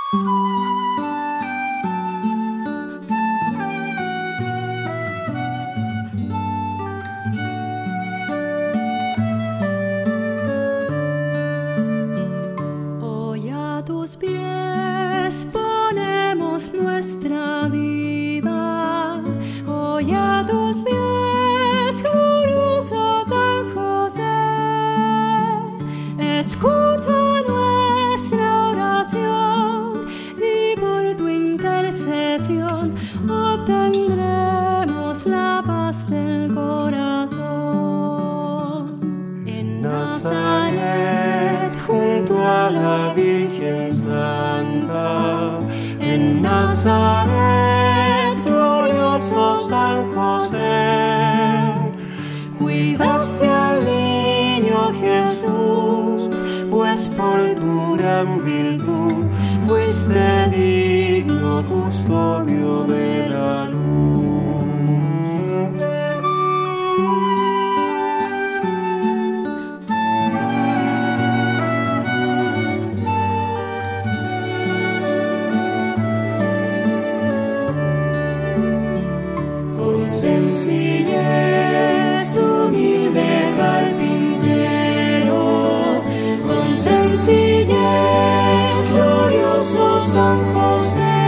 Hoy a tus pies ponemos nuestra vida. Hoy a tus pies, glorioso San José. Escucha nuestra oración y por tu intercesión obtendremos la paz del corazón. En Nazaret, junto a la Virgen Santa, en Nazaret, glorioso San José, cuidaste al niño Jesús, pues por tu gran virtud fuiste digno custodio de la luz. Sencillez, humilde carpintero, con sencillez, glorioso San José,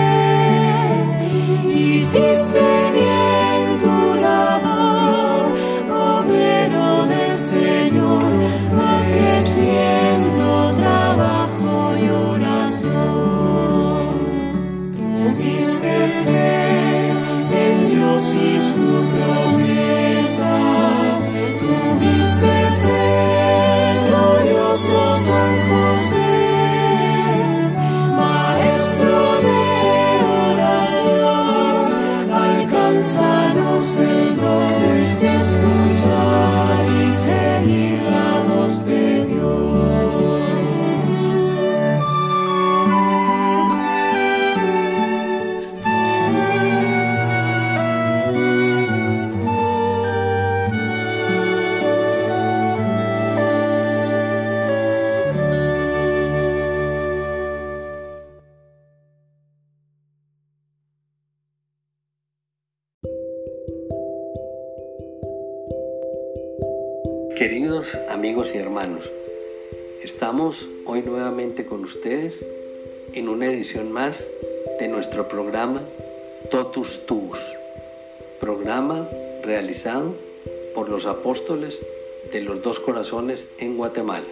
hiciste bien tu labor, obrero del Señor, ofreciendo trabajo y oración. Tuviste fe en Dios y su promesa, tuviste fe, glorioso San José, maestro de oración, alcánzanos el don de escuchar y seguir la voz de Dios. Queridos amigos y hermanos, estamos hoy nuevamente con ustedes en una edición más de nuestro programa Totus Tuus, programa realizado por los apóstoles de los Dos Corazones en Guatemala.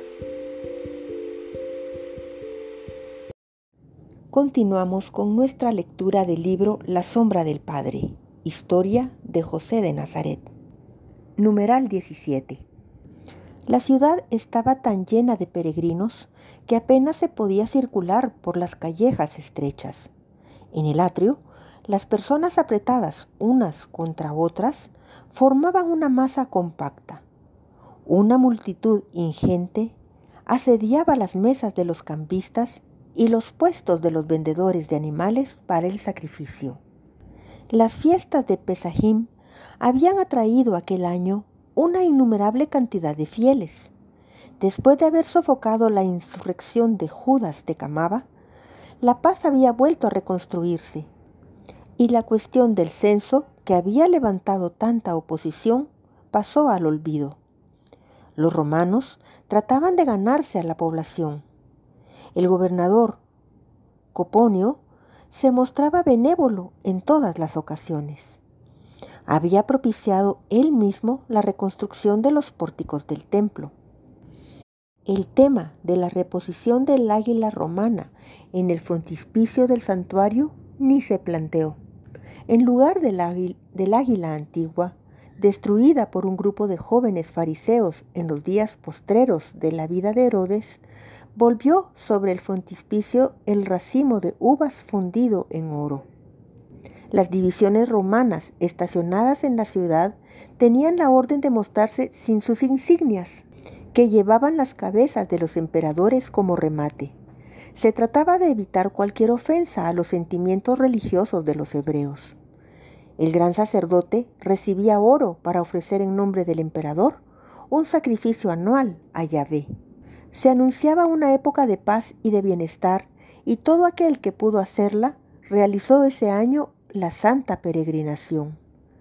Continuamos con nuestra lectura del libro La sombra del Padre, historia de José de Nazaret. Numeral 17. La ciudad estaba tan llena de peregrinos que apenas se podía circular por las callejas estrechas. En el atrio, las personas apretadas unas contra otras formaban una masa compacta. Una multitud ingente asediaba las mesas de los cambistas y los puestos de los vendedores de animales para el sacrificio. Las fiestas de Pesajim habían atraído aquel año una innumerable cantidad de fieles. Después de haber sofocado la insurrección de Judas de Camaba, la paz había vuelto a reconstruirse, y la cuestión del censo, que había levantado tanta oposición, pasó al olvido. Los romanos trataban de ganarse a la población. El gobernador Coponio se mostraba benévolo en todas las ocasiones. Había propiciado él mismo la reconstrucción de los pórticos del templo. El tema de la reposición del águila romana en el frontispicio del santuario ni se planteó. En lugar del águila antigua, destruida por un grupo de jóvenes fariseos en los días postreros de la vida de Herodes, volvió sobre el frontispicio el racimo de uvas fundido en oro. Las divisiones romanas estacionadas en la ciudad tenían la orden de mostrarse sin sus insignias, que llevaban las cabezas de los emperadores como remate. Se trataba de evitar cualquier ofensa a los sentimientos religiosos de los hebreos. El gran sacerdote recibía oro para ofrecer en nombre del emperador un sacrificio anual a Yahvé. Se anunciaba una época de paz y de bienestar y todo aquel que pudo hacerla realizó ese año la santa peregrinación.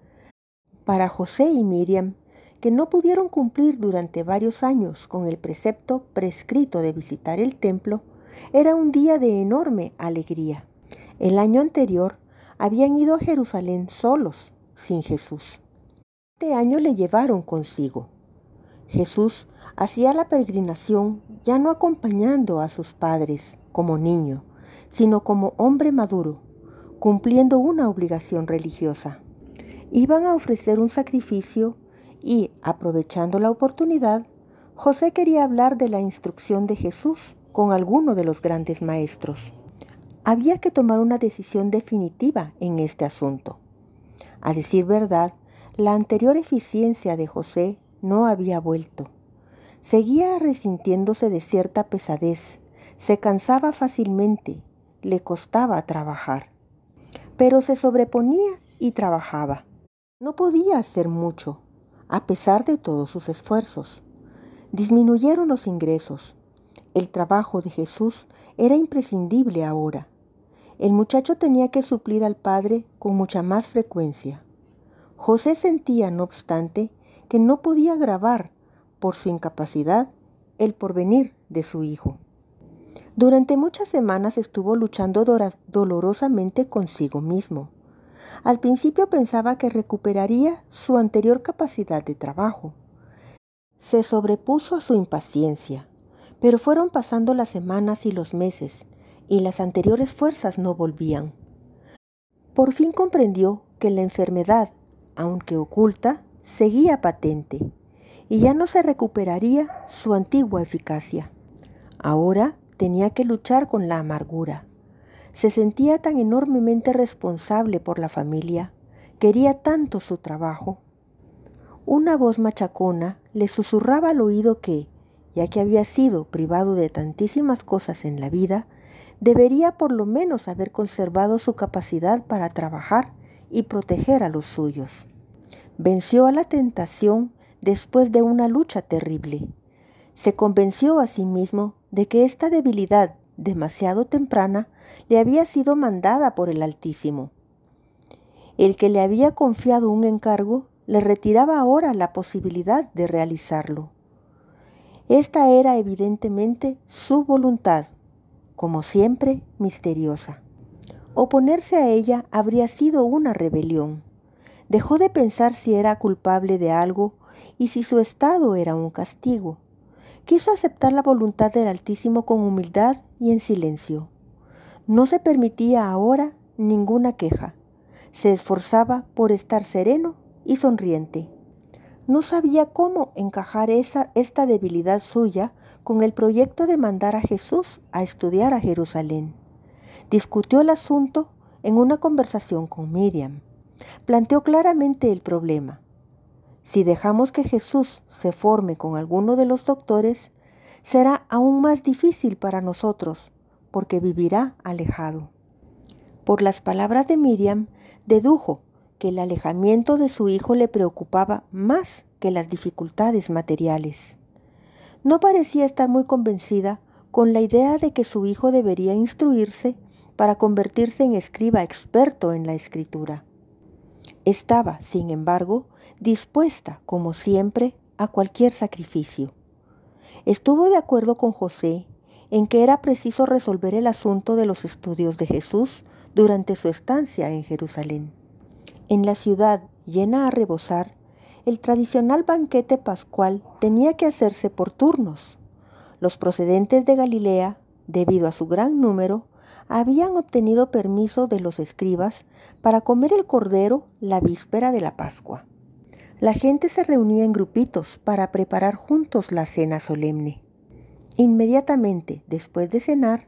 Para José y Miriam, que no pudieron cumplir durante varios años con el precepto prescrito de visitar el templo, era un día de enorme alegría. El año anterior habían ido a Jerusalén solos, sin Jesús. Este año le llevaron consigo. Jesús hacía la peregrinación ya no acompañando a sus padres como niño, sino como hombre maduro, cumpliendo una obligación religiosa. Iban a ofrecer un sacrificio y, aprovechando la oportunidad, José quería hablar de la instrucción de Jesús con alguno de los grandes maestros. Había que tomar una decisión definitiva en este asunto. A decir verdad, la anterior eficiencia de José no había vuelto. Seguía resintiéndose de cierta pesadez, se cansaba fácilmente, le costaba trabajar. Pero se sobreponía y trabajaba. No podía hacer mucho, a pesar de todos sus esfuerzos. Disminuyeron los ingresos. El trabajo de Jesús era imprescindible ahora. El muchacho tenía que suplir al padre con mucha más frecuencia. José sentía, no obstante, que no podía agravar, por su incapacidad, el porvenir de su hijo. Durante muchas semanas estuvo luchando dolorosamente consigo mismo. Al principio pensaba que recuperaría su anterior capacidad de trabajo. Se sobrepuso a su impaciencia, pero fueron pasando las semanas y los meses, y las anteriores fuerzas no volvían. Por fin comprendió que la enfermedad, aunque oculta, seguía patente, y ya no se recuperaría su antigua eficacia. Ahora tenía que luchar con la amargura. Se sentía tan enormemente responsable por la familia, quería tanto su trabajo. Una voz machacona le susurraba al oído que, ya que había sido privado de tantísimas cosas en la vida, debería por lo menos haber conservado su capacidad para trabajar y proteger a los suyos. Venció a la tentación después de una lucha terrible. Se convenció a sí mismo de que esta debilidad demasiado temprana le había sido mandada por el Altísimo. El que le había confiado un encargo le retiraba ahora la posibilidad de realizarlo. Esta era evidentemente su voluntad, como siempre misteriosa. Oponerse a ella habría sido una rebelión. Dejó de pensar si era culpable de algo y si su estado era un castigo. Quiso aceptar la voluntad del Altísimo con humildad y en silencio. No se permitía ahora ninguna queja. Se esforzaba por estar sereno y sonriente. No sabía cómo encajar esta debilidad suya con el proyecto de mandar a Jesús a estudiar a Jerusalén. Discutió el asunto en una conversación con Miriam. Planteó claramente el problema. Si dejamos que Jesús se forme con alguno de los doctores, será aún más difícil para nosotros, porque vivirá alejado. Por las palabras de Miriam, dedujo que el alejamiento de su hijo le preocupaba más que las dificultades materiales. No parecía estar muy convencida con la idea de que su hijo debería instruirse para convertirse en escriba experto en la escritura. Estaba, sin embargo, dispuesta, como siempre, a cualquier sacrificio. Estuvo de acuerdo con José en que era preciso resolver el asunto de los estudios de Jesús durante su estancia en Jerusalén. En la ciudad llena a rebosar, el tradicional banquete pascual tenía que hacerse por turnos. Los procedentes de Galilea, debido a su gran número, habían obtenido permiso de los escribas para comer el cordero la víspera de la Pascua. La gente se reunía en grupitos para preparar juntos la cena solemne. Inmediatamente después de cenar,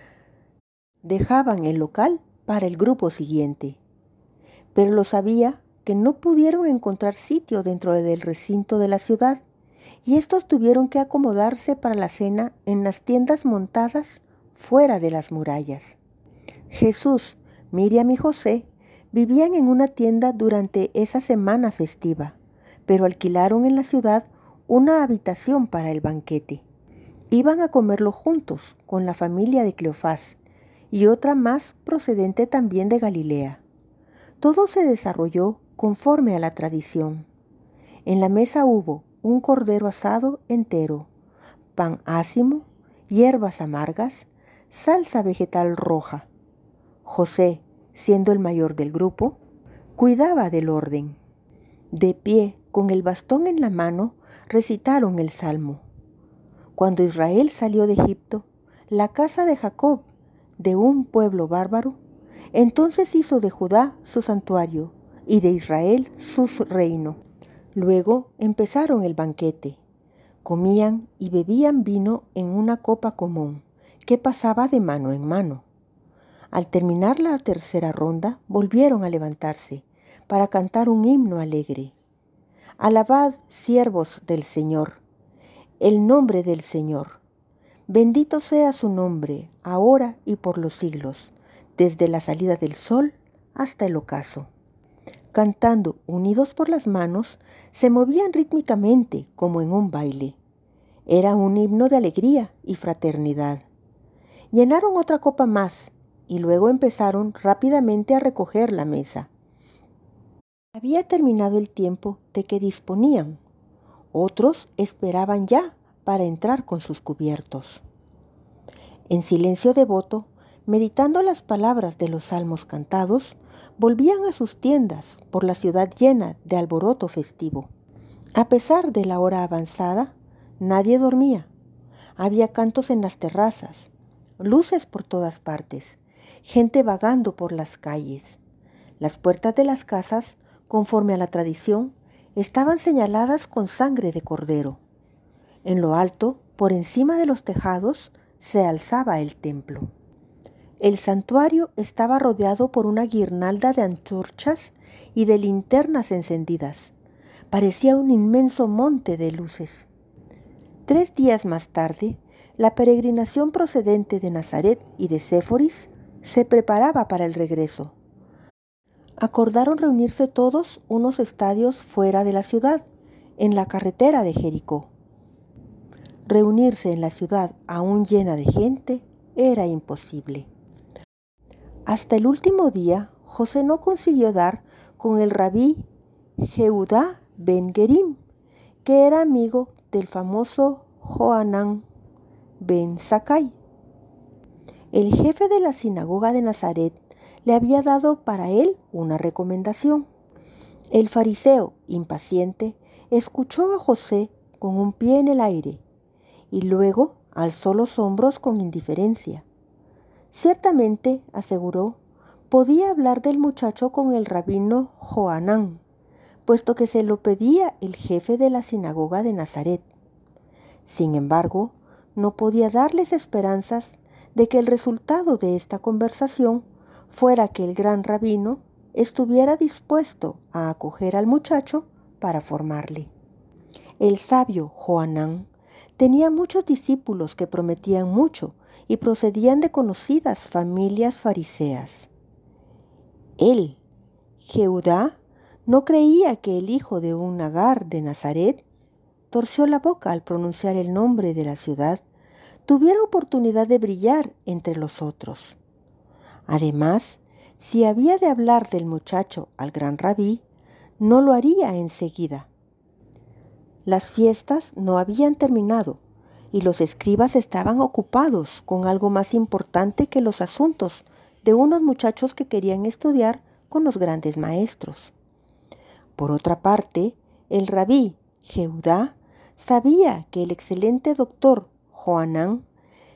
dejaban el local para el grupo siguiente. Pero lo sabía que no pudieron encontrar sitio dentro del recinto de la ciudad, y estos tuvieron que acomodarse para la cena en las tiendas montadas fuera de las murallas. Jesús, Miriam y José vivían en una tienda durante esa semana festiva, pero alquilaron en la ciudad una habitación para el banquete. Iban a comerlo juntos con la familia de Cleofás, y otra más procedente también de Galilea. Todo se desarrolló conforme a la tradición. En la mesa hubo un cordero asado entero, pan ácimo, hierbas amargas, salsa vegetal roja. José, siendo el mayor del grupo, cuidaba del orden. De pie, con el bastón en la mano, recitaron el Salmo. Cuando Israel salió de Egipto, la casa de Jacob, de un pueblo bárbaro, entonces hizo de Judá su santuario y de Israel su reino. Luego empezaron el banquete. Comían y bebían vino en una copa común, que pasaba de mano en mano. Al terminar la tercera ronda, volvieron a levantarse para cantar un himno alegre. Alabad, siervos del Señor, el nombre del Señor. Bendito sea su nombre, ahora y por los siglos, desde la salida del sol hasta el ocaso. Cantando, unidos por las manos, se movían rítmicamente como en un baile. Era un himno de alegría y fraternidad. Llenaron otra copa más y luego empezaron rápidamente a recoger la mesa. Había terminado el tiempo de que disponían. Otros esperaban ya para entrar con sus cubiertos. En silencio devoto, meditando las palabras de los salmos cantados, volvían a sus tiendas por la ciudad llena de alboroto festivo. A pesar de la hora avanzada, nadie dormía. Había cantos en las terrazas, luces por todas partes, gente vagando por las calles. Las puertas de las casas, conforme a la tradición, estaban señaladas con sangre de cordero. En lo alto, por encima de los tejados, se alzaba el templo. El santuario estaba rodeado por una guirnalda de antorchas y de linternas encendidas. Parecía un inmenso monte de luces. 3 días más tarde, la peregrinación procedente de Nazaret y de Séforis se preparaba para el regreso. Acordaron reunirse todos unos estadios fuera de la ciudad, en la carretera de Jericó. Reunirse en la ciudad aún llena de gente era imposible. Hasta el último día, José no consiguió dar con el rabí Jehudá ben Gerim, que era amigo del famoso Johanán ben Zakkai. El jefe de la sinagoga de Nazaret le había dado para él una recomendación. El fariseo, impaciente, escuchó a José con un pie en el aire y luego alzó los hombros con indiferencia. Ciertamente, aseguró, podía hablar del muchacho con el rabino Johanán, puesto que se lo pedía el jefe de la sinagoga de Nazaret. Sin embargo, no podía darles esperanzas de que el resultado de esta conversación fuera que el gran rabino estuviera dispuesto a acoger al muchacho para formarle. El sabio Johanán tenía muchos discípulos que prometían mucho y procedían de conocidas familias fariseas. Él, Jehudá, no creía que el hijo de un Nagar de Nazaret, torció la boca al pronunciar el nombre de la ciudad, tuviera oportunidad de brillar entre los otros. Además, si había de hablar del muchacho al gran rabí, no lo haría enseguida. Las fiestas no habían terminado y los escribas estaban ocupados con algo más importante que los asuntos de unos muchachos que querían estudiar con los grandes maestros. Por otra parte, el rabí Jehudá sabía que el excelente doctor Johanán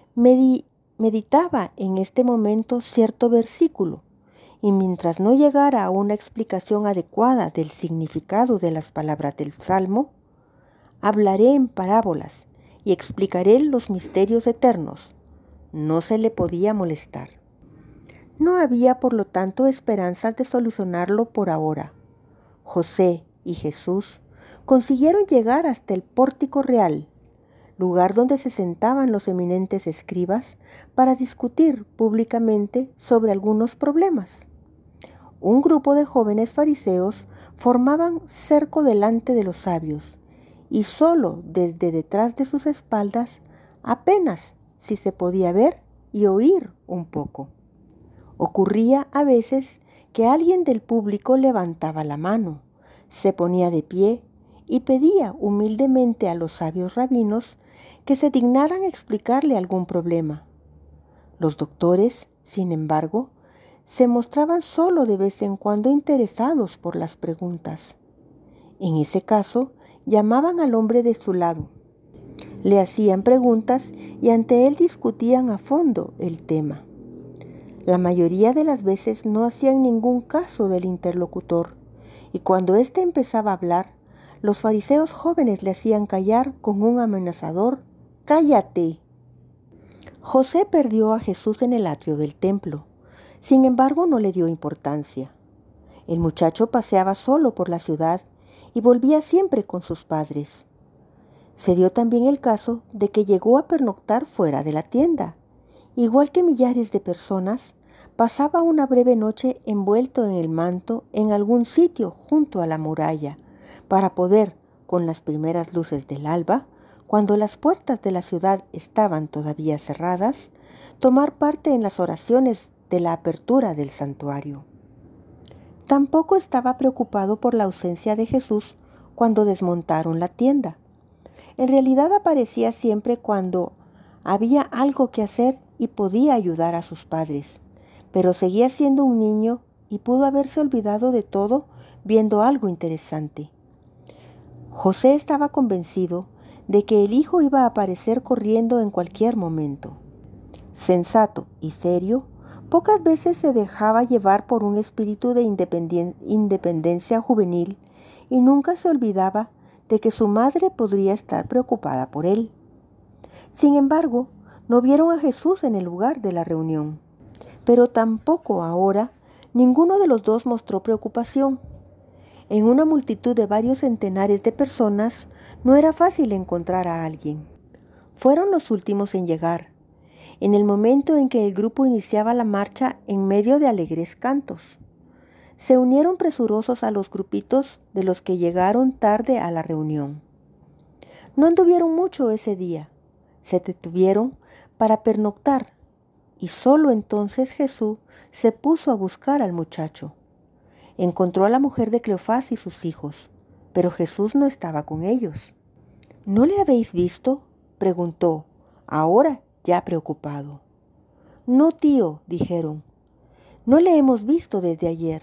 meditaba en este momento cierto versículo, y mientras no llegara a una explicación adecuada del significado de las palabras del Salmo, hablaré en parábolas y explicaré los misterios eternos. No se le podía molestar. No había, por lo tanto, esperanzas de solucionarlo por ahora. José y Jesús consiguieron llegar hasta el pórtico real, lugar donde se sentaban los eminentes escribas para discutir públicamente sobre algunos problemas. Un grupo de jóvenes fariseos formaban cerco delante de los sabios, y solo desde detrás de sus espaldas apenas si se podía ver y oír un poco. Ocurría a veces que alguien del público levantaba la mano, se ponía de pie y pedía humildemente a los sabios rabinos que se dignaran explicarle algún problema. Los doctores, sin embargo, se mostraban solo de vez en cuando interesados por las preguntas. En ese caso, llamaban al hombre de su lado. Le hacían preguntas y ante él discutían a fondo el tema. La mayoría de las veces no hacían ningún caso del interlocutor, y cuando éste empezaba a hablar, los fariseos jóvenes le hacían callar con un amenazador «¡Cállate!». José perdió a Jesús en el atrio del templo. Sin embargo, no le dio importancia. El muchacho paseaba solo por la ciudad y volvía siempre con sus padres. Se dio también el caso de que llegó a pernoctar fuera de la tienda. Igual que millares de personas, pasaba una breve noche envuelto en el manto en algún sitio junto a la muralla, para poder, con las primeras luces del alba, cuando las puertas de la ciudad estaban todavía cerradas, tomar parte en las oraciones de la apertura del santuario. Tampoco estaba preocupado por la ausencia de Jesús cuando desmontaron la tienda. En realidad aparecía siempre cuando había algo que hacer y podía ayudar a sus padres, pero seguía siendo un niño y pudo haberse olvidado de todo viendo algo interesante. José estaba convencido de que el hijo iba a aparecer corriendo en cualquier momento. Sensato y serio, pocas veces se dejaba llevar por un espíritu de independencia juvenil y nunca se olvidaba de que su madre podría estar preocupada por él. Sin embargo, no vieron a Jesús en el lugar de la reunión, pero tampoco ahora ninguno de los dos mostró preocupación. En una multitud de varios centenares de personas no era fácil encontrar a alguien. Fueron los últimos en llegar, en el momento en que el grupo iniciaba la marcha en medio de alegres cantos. Se unieron presurosos a los grupitos de los que llegaron tarde a la reunión. No anduvieron mucho ese día, se detuvieron para pernoctar, y solo entonces Jesús se puso a buscar al muchacho. Encontró a la mujer de Cleofás y sus hijos, pero Jesús no estaba con ellos. ¿No le habéis visto?, preguntó, ahora ya preocupado. No, tío, dijeron, no le hemos visto desde ayer.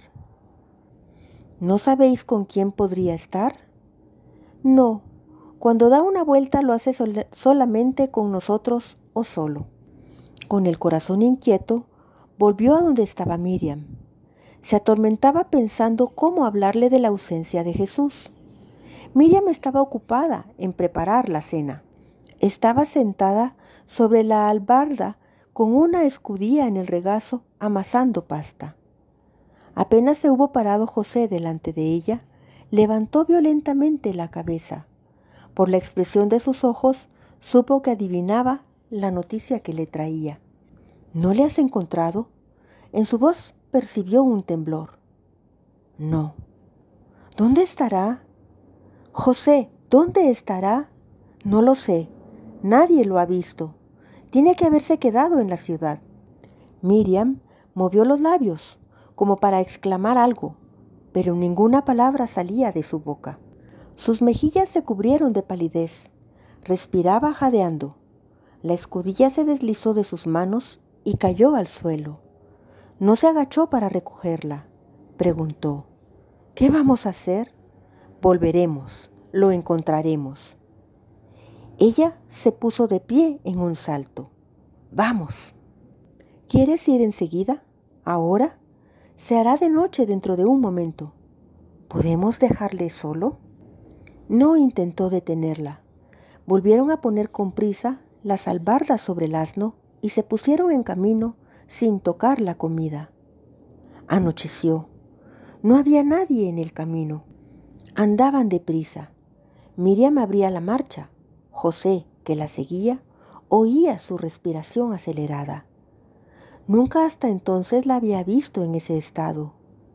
¿No sabéis con quién podría estar? No, cuando da una vuelta lo hace solamente con nosotros o solo. Con el corazón inquieto, volvió a donde estaba Miriam. Se atormentaba pensando cómo hablarle de la ausencia de Jesús. Miriam estaba ocupada en preparar la cena. Estaba sentada sobre la albarda con una escudilla en el regazo amasando pasta. Apenas se hubo parado José delante de ella, levantó violentamente la cabeza. Por la expresión de sus ojos, supo que adivinaba la noticia que le traía. ¿No le has encontrado? En su voz percibió un temblor. No. ¿Dónde estará? José, ¿dónde estará? No lo sé. Nadie lo ha visto. Tiene que haberse quedado en la ciudad. Miriam movió los labios como para exclamar algo, pero ninguna palabra salía de su boca. Sus mejillas se cubrieron de palidez. Respiraba jadeando. La escudilla se deslizó de sus manos y cayó al suelo. No se agachó para recogerla. Preguntó, ¿qué vamos a hacer? Volveremos, lo encontraremos. Ella se puso de pie en un salto. ¡Vamos! ¿Quieres ir enseguida? ¿Ahora? Se hará de noche dentro de un momento. ¿Podemos dejarle solo? No intentó detenerla. Volvieron a poner con prisa las albardas sobre el asno y se pusieron en camino sin tocar la comida. Anocheció. No había nadie en el camino. Andaban deprisa. Miriam abría la marcha. José, que la seguía, oía su respiración acelerada. Nunca hasta entonces la había visto en ese estado.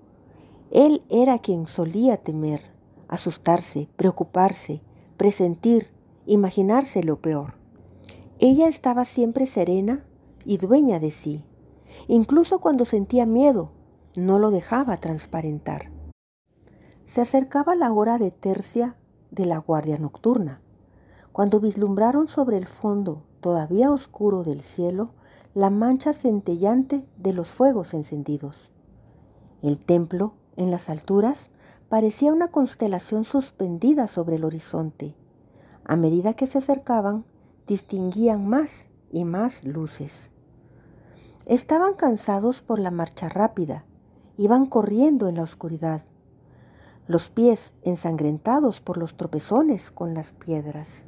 Él era quien solía temer, asustarse, preocuparse, presentir, imaginarse lo peor. Ella estaba siempre serena y dueña de sí. Incluso cuando sentía miedo, no lo dejaba transparentar. Se acercaba la hora de tercia de la guardia nocturna, cuando vislumbraron sobre el fondo todavía oscuro del cielo la mancha centellante de los fuegos encendidos. El templo, en las alturas, parecía una constelación suspendida sobre el horizonte. A medida que se acercaban, distinguían más y más luces. Estaban cansados por la marcha rápida, iban corriendo en la oscuridad, los pies ensangrentados por los tropezones con las piedras.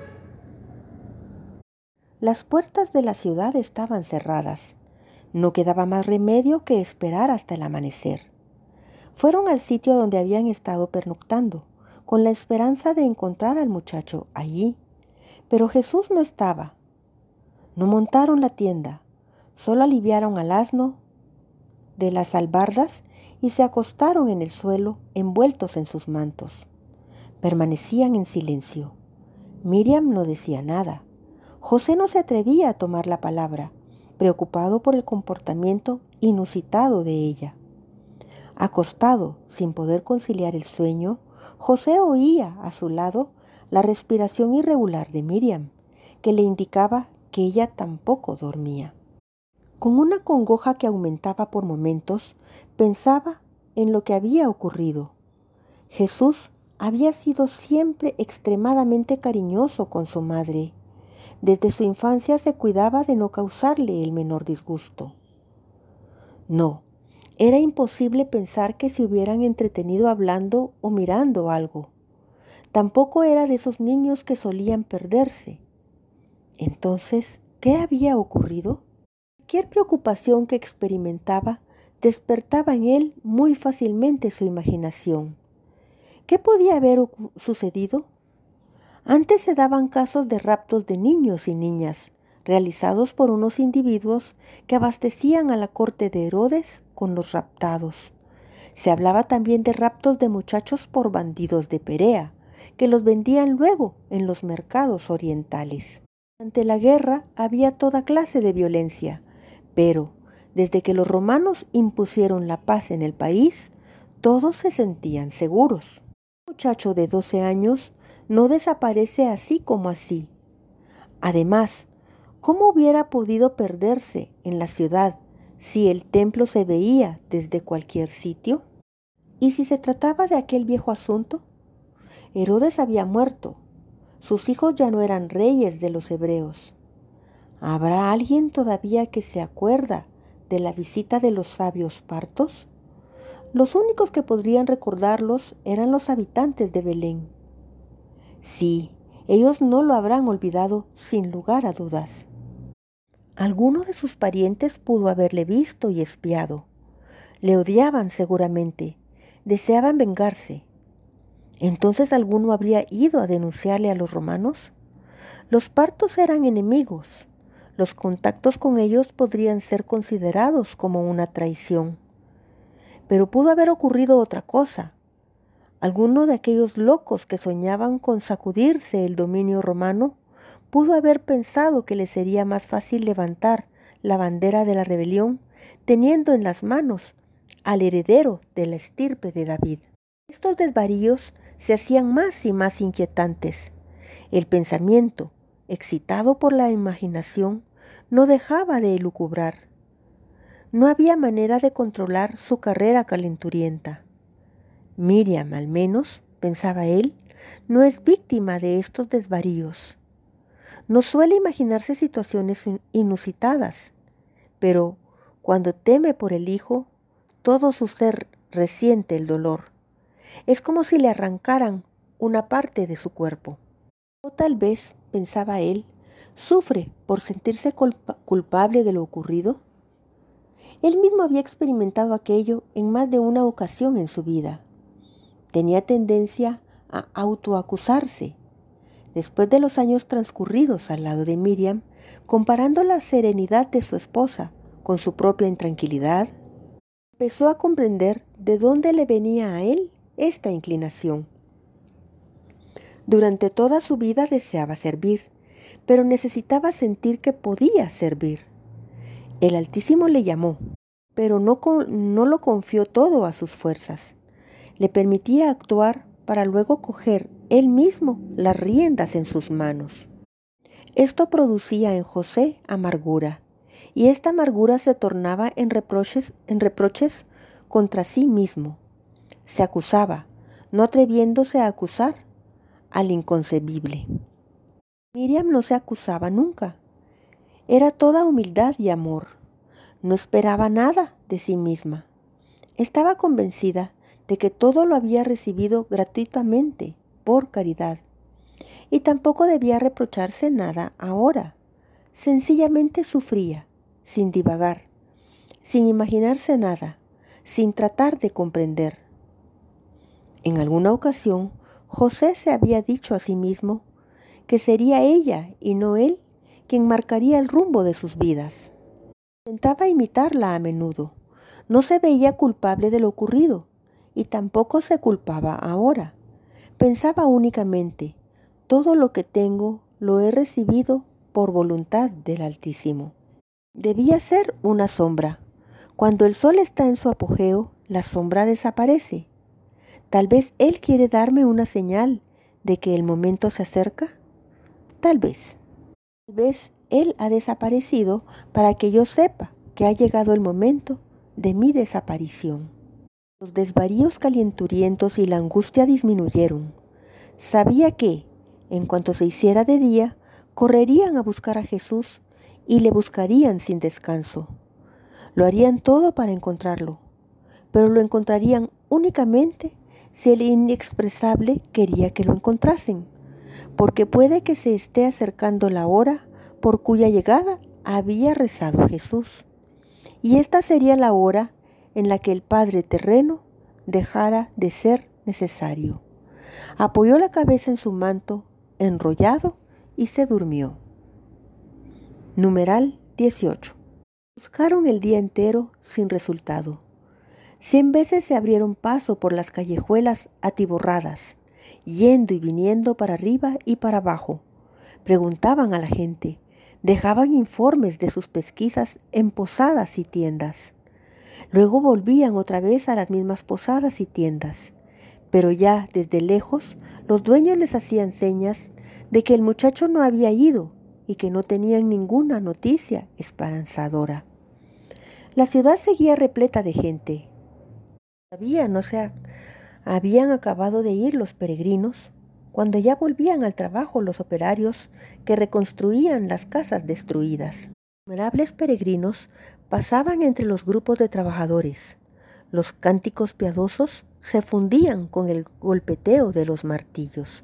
Las puertas de la ciudad estaban cerradas. No quedaba más remedio que esperar hasta el amanecer. Fueron al sitio donde habían estado pernoctando, con la esperanza de encontrar al muchacho allí. Pero Jesús no estaba. No montaron la tienda, solo aliviaron al asno de las albardas y se acostaron en el suelo envueltos en sus mantos. Permanecían en silencio. Miriam no decía nada. José no se atrevía a tomar la palabra, preocupado por el comportamiento inusitado de ella. Acostado, sin poder conciliar el sueño, José oía a su lado la respiración irregular de Miriam, que le indicaba que ella tampoco dormía. Con una congoja que aumentaba por momentos, pensaba en lo que había ocurrido. Jesús había sido siempre extremadamente cariñoso con su madre. Desde su infancia se cuidaba de no causarle el menor disgusto. No, era imposible pensar que se hubieran entretenido hablando o mirando algo. Tampoco era de esos niños que solían perderse. Entonces, ¿qué había ocurrido? Cualquier preocupación que experimentaba despertaba en él muy fácilmente su imaginación. ¿Qué podía haber sucedido? Antes se daban casos de raptos de niños y niñas, realizados por unos individuos que abastecían a la corte de Herodes con los raptados. Se hablaba también de raptos de muchachos por bandidos de Perea, que los vendían luego en los mercados orientales. Ante la guerra había toda clase de violencia, pero desde que los romanos impusieron la paz en el país, todos se sentían seguros. Un muchacho de 12 años no desaparece así como así. Además, ¿cómo hubiera podido perderse en la ciudad si el templo se veía desde cualquier sitio? ¿Y si se trataba de aquel viejo asunto? Herodes había muerto. Sus hijos ya no eran reyes de los hebreos. ¿Habrá alguien todavía que se acuerda de la visita de los sabios partos? Los únicos que podrían recordarlos eran los habitantes de Belén. Sí, ellos no lo habrán olvidado sin lugar a dudas. Alguno de sus parientes pudo haberle visto y espiado. Le odiaban seguramente, deseaban vengarse. ¿Entonces alguno habría ido a denunciarle a los romanos? Los partos eran enemigos. Los contactos con ellos podrían ser considerados como una traición. Pero pudo haber ocurrido otra cosa. Alguno de aquellos locos que soñaban con sacudirse el dominio romano pudo haber pensado que le sería más fácil levantar la bandera de la rebelión teniendo en las manos al heredero de la estirpe de David. Estos desvaríos se hacían más y más inquietantes. El pensamiento, excitado por la imaginación, no dejaba de elucubrar. No había manera de controlar su carrera calenturienta. Miriam, al menos, pensaba él, no es víctima de estos desvaríos. No suele imaginarse situaciones inusitadas, pero cuando teme por el hijo, todo su ser resiente el dolor. Es como si le arrancaran una parte de su cuerpo. O tal vez, pensaba él, sufre por sentirse culpable de lo ocurrido. Él mismo había experimentado aquello en más de una ocasión en su vida. Tenía tendencia a autoacusarse. Después de los años transcurridos al lado de Miriam, comparando la serenidad de su esposa con su propia intranquilidad, empezó a comprender de dónde le venía a él esta inclinación. Durante toda su vida deseaba servir, pero necesitaba sentir que podía servir. El Altísimo le llamó, pero no lo confió todo a sus fuerzas. Le permitía actuar para luego coger él mismo las riendas en sus manos. Esto producía en José amargura, y esta amargura se tornaba en reproches contra sí mismo. Se acusaba, no atreviéndose a acusar al inconcebible. Miriam no se acusaba nunca. Era toda humildad y amor. No esperaba nada de sí misma. Estaba convencida de que todo lo había recibido gratuitamente, por caridad. Y tampoco debía reprocharse nada ahora. Sencillamente sufría, sin divagar, sin imaginarse nada, sin tratar de comprender. En alguna ocasión, José se había dicho a sí mismo que sería ella y no él quien marcaría el rumbo de sus vidas. Intentaba imitarla a menudo. No se veía culpable de lo ocurrido y tampoco se culpaba ahora. Pensaba únicamente, todo lo que tengo lo he recibido por voluntad del Altísimo. Debía ser una sombra. Cuando el sol está en su apogeo, la sombra desaparece. Tal vez él quiere darme una señal de que el momento se acerca. Tal vez él ha desaparecido para que yo sepa que ha llegado el momento de mi desaparición. Los desvaríos calenturientos y la angustia disminuyeron. Sabía que, en cuanto se hiciera de día, correrían a buscar a Jesús y le buscarían sin descanso. Lo harían todo para encontrarlo, pero lo encontrarían únicamente si el inexpresable quería que lo encontrasen, porque puede que se esté acercando la hora por cuya llegada había rezado Jesús. Y esta sería la hora en la que el Padre terreno dejara de ser necesario. Apoyó la cabeza en su manto enrollado y se durmió. Numeral 18. Buscaron el día entero sin resultado. 100 veces se abrieron paso por las callejuelas atiborradas, yendo y viniendo para arriba y para abajo. Preguntaban a la gente, dejaban informes de sus pesquisas en posadas y tiendas. Luego volvían otra vez a las mismas posadas y tiendas, pero ya desde lejos los dueños les hacían señas de que el muchacho no había ido y que no tenían ninguna noticia esperanzadora. La ciudad seguía repleta de gente. Todavía no se habían acabado de ir los peregrinos, cuando ya volvían al trabajo los operarios que reconstruían las casas destruidas. Innumerables peregrinos pasaban entre los grupos de trabajadores. Los cánticos piadosos se fundían con el golpeteo de los martillos.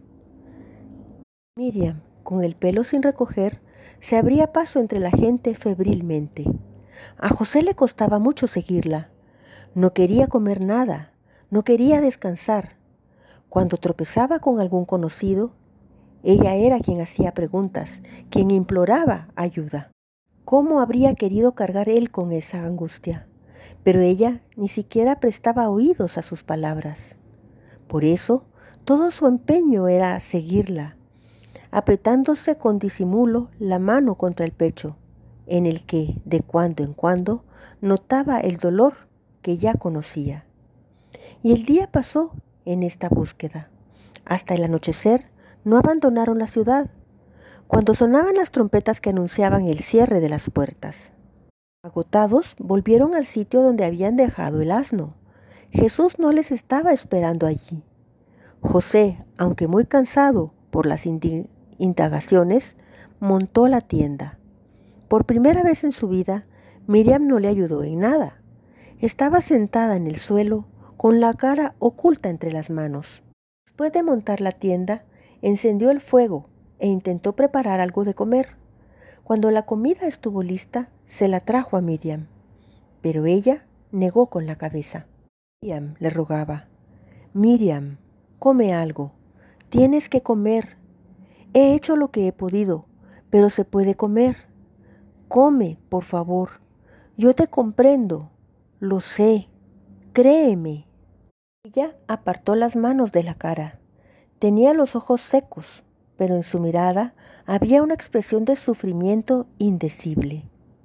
Miriam, con el pelo sin recoger, se abría paso entre la gente febrilmente. A José le costaba mucho seguirla. No quería comer nada, no quería descansar. Cuando tropezaba con algún conocido, ella era quien hacía preguntas, quien imploraba ayuda. ¿Cómo habría querido cargar él con esa angustia? Pero ella ni siquiera prestaba oídos a sus palabras. Por eso, todo su empeño era seguirla, apretándose con disimulo la mano contra el pecho, en el que, de cuando en cuando, notaba el dolor que ya conocía. Y el día pasó en esta búsqueda. Hasta el anochecer no abandonaron la ciudad, cuando sonaban las trompetas que anunciaban el cierre de las puertas. Agotados, volvieron al sitio donde habían dejado el asno. Jesús no les estaba esperando allí. José, aunque muy cansado por las indagaciones, montó la tienda. Por primera vez en su vida, Miriam no le ayudó en nada. Estaba sentada en el suelo, con la cara oculta entre las manos. Después de montar la tienda, encendió el fuego e intentó preparar algo de comer. Cuando la comida estuvo lista, se la trajo a Miriam, pero ella negó con la cabeza. Miriam le rogaba, Miriam, come algo, tienes que comer. He hecho lo que he podido, pero se puede comer. Come, por favor. Yo te comprendo, lo sé, créeme. Ella apartó las manos de la cara. Tenía los ojos secos, pero en su mirada había una expresión de sufrimiento indecible.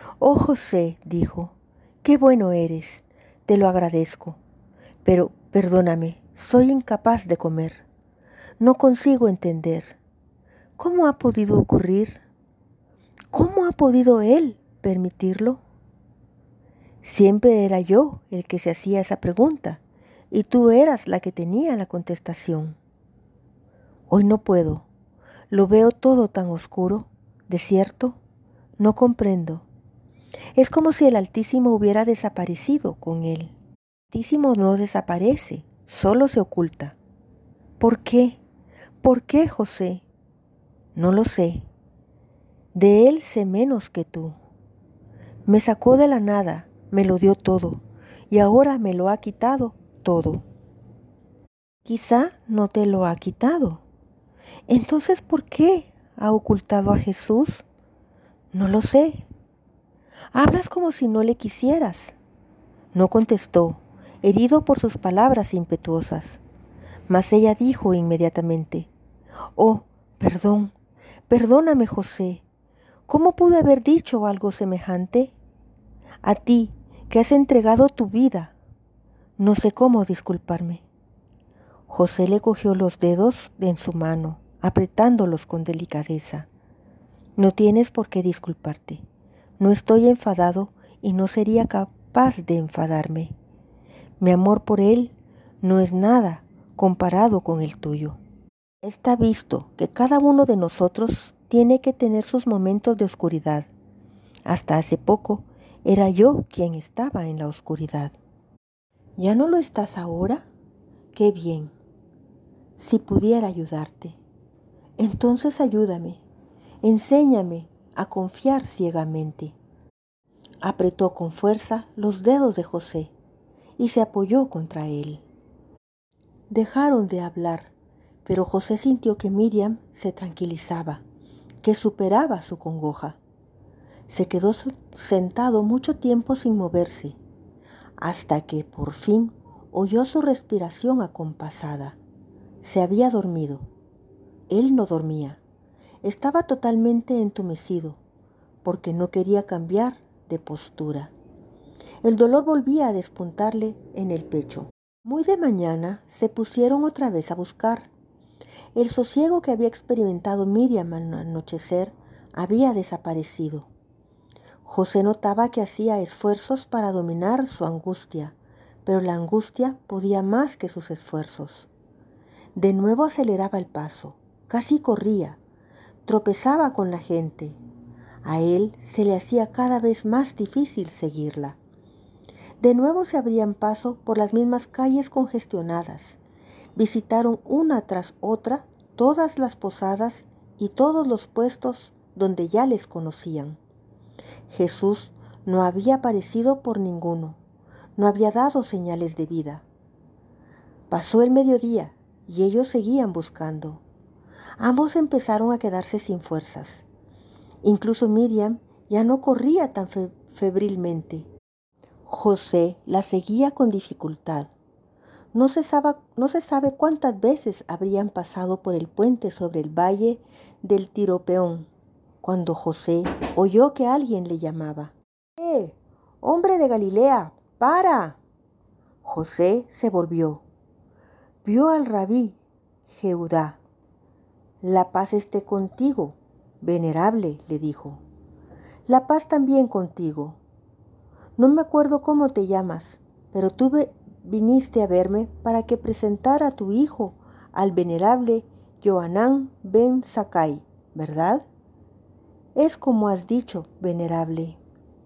Oh José, dijo, qué bueno eres, te lo agradezco, pero perdóname, soy incapaz de comer. No consigo entender. ¿Cómo ha podido ocurrir? ¿Cómo ha podido él permitirlo? Siempre era yo el que se hacía esa pregunta y tú eras la que tenía la contestación. Hoy no puedo. Lo veo todo tan oscuro, desierto. No comprendo. Es como si el Altísimo hubiera desaparecido con él. El Altísimo no desaparece, solo se oculta. ¿Por qué? ¿Por qué, José? No lo sé. De él sé menos que tú. Me sacó de la nada, me lo dio todo, y ahora me lo ha quitado todo. Quizá no te lo ha quitado. Entonces, ¿por qué ha ocultado a Jesús? No lo sé. Hablas como si no le quisieras. No contestó, herido por sus palabras impetuosas. Mas ella dijo inmediatamente, oh, perdón, perdóname, José. ¿Cómo pude haber dicho algo semejante? A ti, que has entregado tu vida. No sé cómo disculparme. José le cogió los dedos en su mano, apretándolos con delicadeza. No tienes por qué disculparte. No estoy enfadado y no sería capaz de enfadarme. Mi amor por él no es nada comparado con el tuyo. Está visto que cada uno de nosotros tiene que tener sus momentos de oscuridad. Hasta hace poco era yo quien estaba en la oscuridad. ¿Ya no lo estás ahora? ¡Qué bien! Si pudiera ayudarte, entonces ayúdame, enséñame a confiar ciegamente. Apretó con fuerza los dedos de José y se apoyó contra él. Dejaron de hablar, pero José sintió que Miriam se tranquilizaba, que superaba su congoja. Se quedó sentado mucho tiempo sin moverse, hasta que por fin oyó su respiración acompasada. Se había dormido. Él no dormía. Estaba totalmente entumecido, porque no quería cambiar de postura. El dolor volvía a despuntarle en el pecho. Muy de mañana se pusieron otra vez a buscar. El sosiego que había experimentado Miriam al anochecer había desaparecido. José notaba que hacía esfuerzos para dominar su angustia, pero la angustia podía más que sus esfuerzos. De nuevo aceleraba el paso, casi corría, tropezaba con la gente. A él se le hacía cada vez más difícil seguirla. De nuevo se abrían paso por las mismas calles congestionadas. Visitaron una tras otra todas las posadas y todos los puestos donde ya les conocían. Jesús no había aparecido por ninguno, no había dado señales de vida. Pasó el mediodía y ellos seguían buscando. Ambos empezaron a quedarse sin fuerzas. Incluso Miriam ya no corría tan febrilmente. José la seguía con dificultad. No se sabe cuántas veces habrían pasado por el puente sobre el valle del Tiropeón, cuando José oyó que alguien le llamaba. ¡Hombre de Galilea, para! José se volvió. Vio al rabí Jehudá. La paz esté contigo, venerable, le dijo. La paz también contigo. No me acuerdo cómo te llamas, pero tú viniste a verme para que presentara a tu hijo al venerable Johanán ben Zakkai, ¿verdad? Es como has dicho, venerable.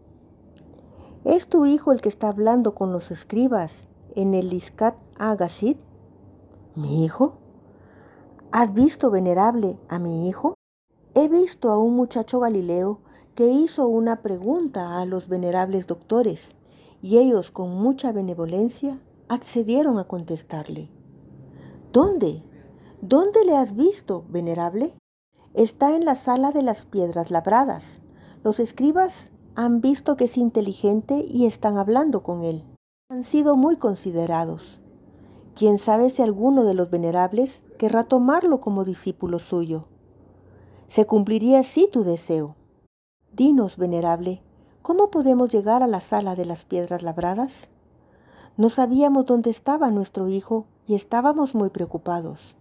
¿Es tu hijo el que está hablando con los escribas en el Liscat Agasid? ¿Mi hijo? ¿Has visto, venerable, a mi hijo? He visto a un muchacho galileo que hizo una pregunta a los venerables doctores y ellos con mucha benevolencia accedieron a contestarle. ¿Dónde? ¿Dónde le has visto, venerable? Está en la sala de las piedras labradas. Los escribas han visto que es inteligente y están hablando con él. Han sido muy considerados. ¿Quién sabe si alguno de los venerables querrá tomarlo como discípulo suyo? Se cumpliría así tu deseo. Dinos, venerable, ¿Cómo podemos llegar a la sala de las piedras labradas? No sabíamos dónde estaba nuestro hijo y estábamos muy preocupados.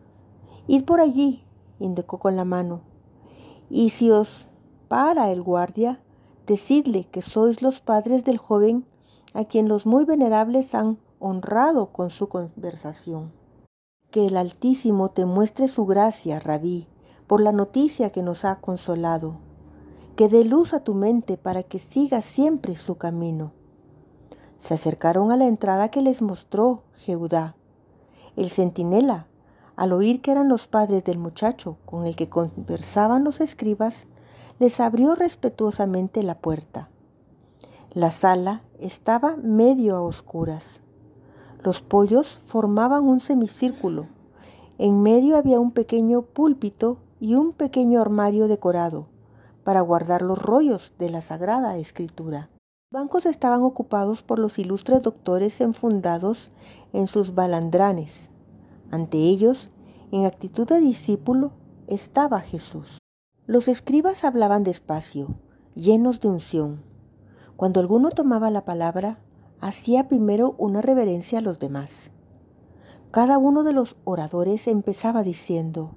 Id por allí, indicó con la mano, y si os para el guardia, decidle que sois los padres del joven a quien los muy venerables han honrado con su conversación. Que el Altísimo te muestre su gracia, Rabí, por la noticia que nos ha consolado. Que dé luz a tu mente para que sigas siempre su camino. Se acercaron a la entrada que les mostró Jehudá. El centinela, al oír que eran los padres del muchacho con el que conversaban los escribas, les abrió respetuosamente la puerta. La sala estaba medio a oscuras. Los pollos formaban un semicírculo. En medio había un pequeño púlpito y un pequeño armario decorado para guardar los rollos de la Sagrada Escritura. Los bancos estaban ocupados por los ilustres doctores enfundados en sus balandranes. Ante ellos, en actitud de discípulo, estaba Jesús. Los escribas hablaban despacio, llenos de unción. Cuando alguno tomaba la palabra, hacía primero una reverencia a los demás. Cada uno de los oradores empezaba diciendo: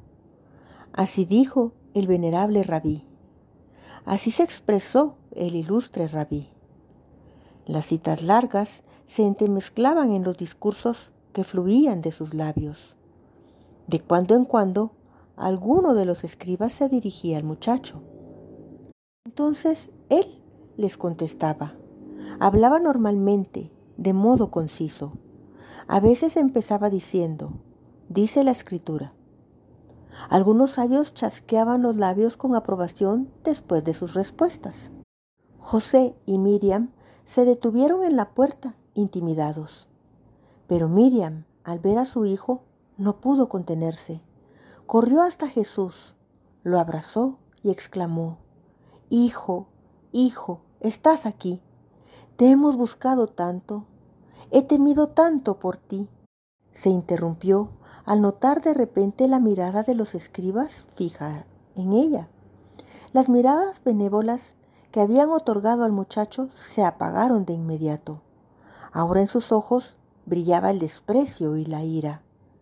así dijo el venerable Rabí. Así se expresó el ilustre Rabí. Las citas largas se entremezclaban en los discursos que fluían de sus labios. De cuando en cuando, alguno de los escribas se dirigía al muchacho. Entonces él les contestaba. Hablaba normalmente, de modo conciso. A veces empezaba diciendo: dice la Escritura. Algunos sabios chasqueaban los labios con aprobación después de sus respuestas. José y Miriam se detuvieron en la puerta, intimidados. Pero Miriam, al ver a su hijo, no pudo contenerse. Corrió hasta Jesús, lo abrazó y exclamó: Hijo, hijo, estás aquí. Te hemos buscado tanto, he temido tanto por ti. Se interrumpió al notar de repente la mirada de los escribas fija en ella. Las miradas benévolas que habían otorgado al muchacho se apagaron de inmediato. Ahora en sus ojos brillaba el desprecio y la ira.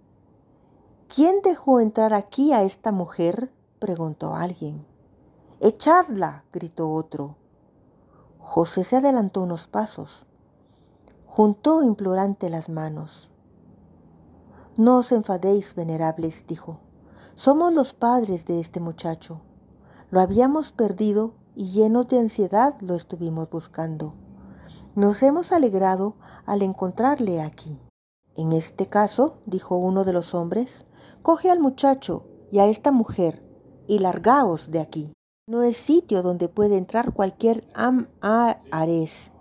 ¿Quién dejó entrar aquí a esta mujer?, preguntó alguien. ¡Echadla!, gritó otro. José se adelantó unos pasos. Juntó implorante las manos. No os enfadéis, venerables, dijo. Somos los padres de este muchacho. Lo habíamos perdido y llenos de ansiedad lo estuvimos buscando. Nos hemos alegrado al encontrarle aquí. En este caso, dijo uno de los hombres, coge al muchacho y a esta mujer y largaos de aquí. No es sitio donde puede entrar cualquier Am-Ares.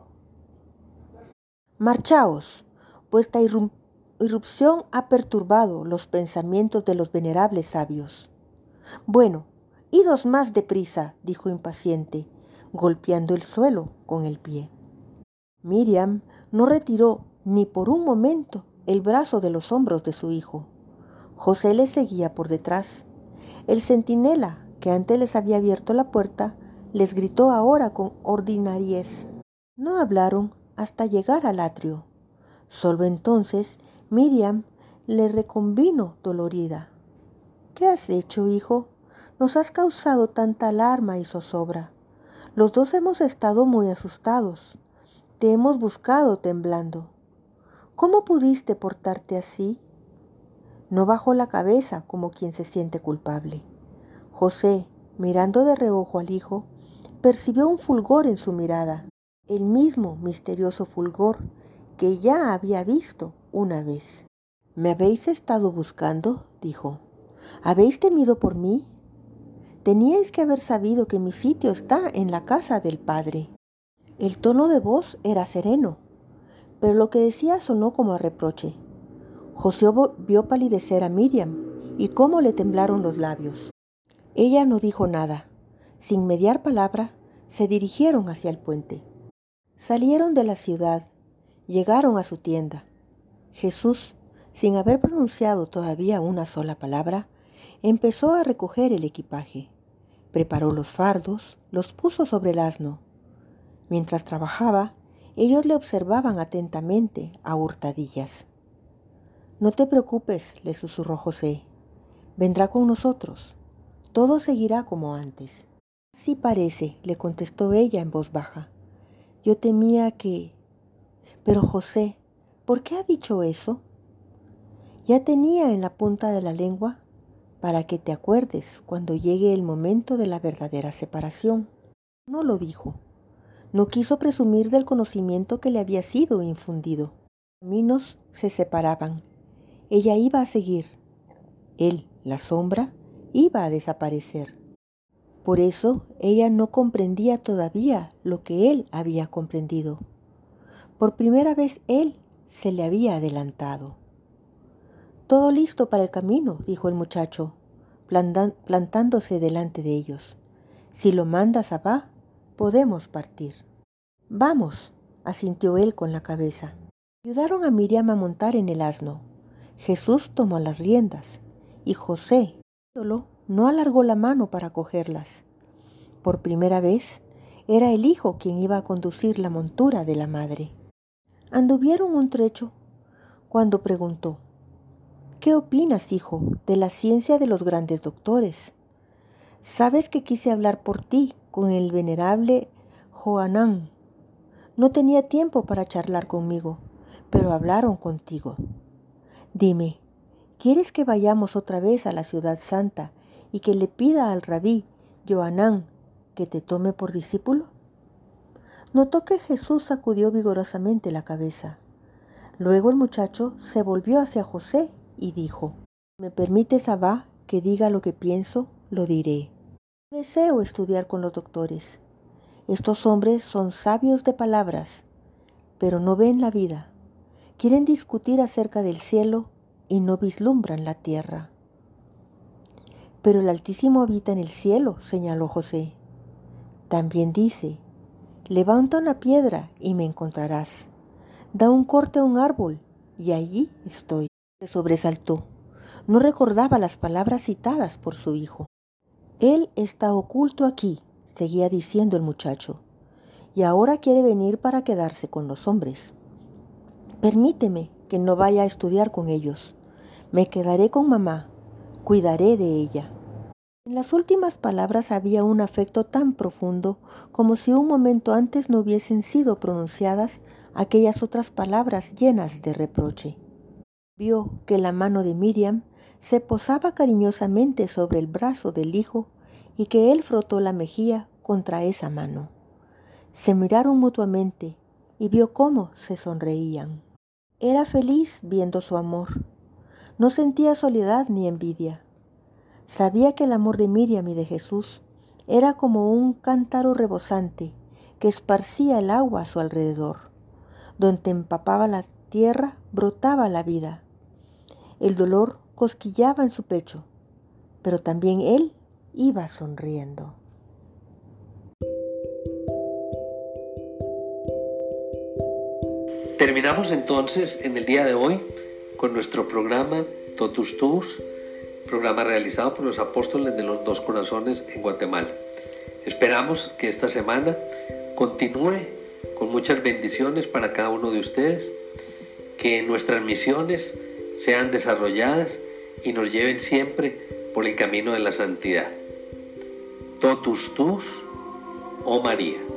Marchaos, vuestra irrupción ha perturbado los pensamientos de los venerables sabios. Bueno, idos más deprisa, dijo impaciente, golpeando el suelo con el pie. Miriam no retiró ni por un momento el brazo de los hombros de su hijo. José le seguía por detrás. El centinela, que antes les había abierto la puerta, les gritó ahora con ordinariez. No hablaron hasta llegar al atrio. Solo entonces Miriam le reconvino dolorida. ¿Qué has hecho, hijo? Nos has causado tanta alarma y zozobra. Los dos hemos estado muy asustados. Te hemos buscado temblando. ¿Cómo pudiste portarte así? No bajó la cabeza como quien se siente culpable. José, mirando de reojo al hijo, percibió un fulgor en su mirada, el mismo misterioso fulgor que ya había visto una vez. ¿Me habéis estado buscando?, dijo. ¿Habéis temido por mí? Teníais que haber sabido que mi sitio está en la casa del Padre. El tono de voz era sereno, pero lo que decía sonó como a reproche. José vio palidecer a Miriam y cómo le temblaron los labios. Ella no dijo nada. Sin mediar palabra, se dirigieron hacia el puente. Salieron de la ciudad, llegaron a su tienda. Jesús, sin haber pronunciado todavía una sola palabra, empezó a recoger el equipaje. Preparó los fardos, los puso sobre el asno. Mientras trabajaba, ellos le observaban atentamente a hurtadillas. «No te preocupes», le susurró José. «Vendrá con nosotros. Todo seguirá como antes». «Sí parece», le contestó ella en voz baja. «Yo temía que...» «Pero José, ¿por qué ha dicho eso?» «Ya tenía en la punta de la lengua para que te acuerdes cuando llegue el momento de la verdadera separación». No lo dijo. No quiso presumir del conocimiento que le había sido infundido. Los caminos se separaban. Ella iba a seguir. Él, la sombra, iba a desaparecer. Por eso ella no comprendía todavía lo que él había comprendido. Por primera vez él se le había adelantado. «Todo listo para el camino», dijo el muchacho, plantándose delante de ellos. «Si lo mandas Abba, podemos partir». «Vamos», asintió él con la cabeza. Ayudaron a Miriam a montar en el asno. Jesús tomó las riendas y José, solo, no alargó la mano para cogerlas. Por primera vez, era el hijo quien iba a conducir la montura de la madre. Anduvieron un trecho cuando preguntó: «¿Qué opinas, hijo, de la ciencia de los grandes doctores? Sabes que quise hablar por ti con el venerable Joanán. No tenía tiempo para charlar conmigo, pero hablaron contigo. Dime, ¿quieres que vayamos otra vez a la ciudad santa y que le pida al rabí Joanán que te tome por discípulo?» Notó que Jesús sacudió vigorosamente la cabeza. Luego el muchacho se volvió hacia José y dijo: «¿Me permites, Abba, que diga lo que pienso? Lo diré. Deseo estudiar con los doctores. Estos hombres son sabios de palabras, pero no ven la vida. Quieren discutir acerca del cielo y no vislumbran la tierra». «Pero el Altísimo habita en el cielo», señaló José. «También dice: levanta una piedra y me encontrarás. Da un corte a un árbol y allí estoy». Se sobresaltó. No recordaba las palabras citadas por su hijo. «Él está oculto aquí», seguía diciendo el muchacho, «y ahora quiere venir para quedarse con los hombres. Permíteme que no vaya a estudiar con ellos. Me quedaré con mamá. Cuidaré de ella». En las últimas palabras había un afecto tan profundo como si un momento antes no hubiesen sido pronunciadas aquellas otras palabras llenas de reproche. Vio que la mano de Miriam se posaba cariñosamente sobre el brazo del hijo y que él frotó la mejilla contra esa mano. Se miraron mutuamente y vio cómo se sonreían. Era feliz viendo su amor. No sentía soledad ni envidia. Sabía que el amor de Miriam y de Jesús era como un cántaro rebosante que esparcía el agua a su alrededor. Donde empapaba la tierra brotaba la vida. El dolor cosquillaba en su pecho, pero también él iba sonriendo. Terminamos entonces en el día de hoy con nuestro programa Totus Tuus, programa realizado por los apóstoles de los Dos Corazones en Guatemala. Esperamos que esta semana continúe con muchas bendiciones para cada uno de ustedes, que nuestras misiones sean desarrolladas y nos lleven siempre por el camino de la santidad. Totus Tuus, oh María.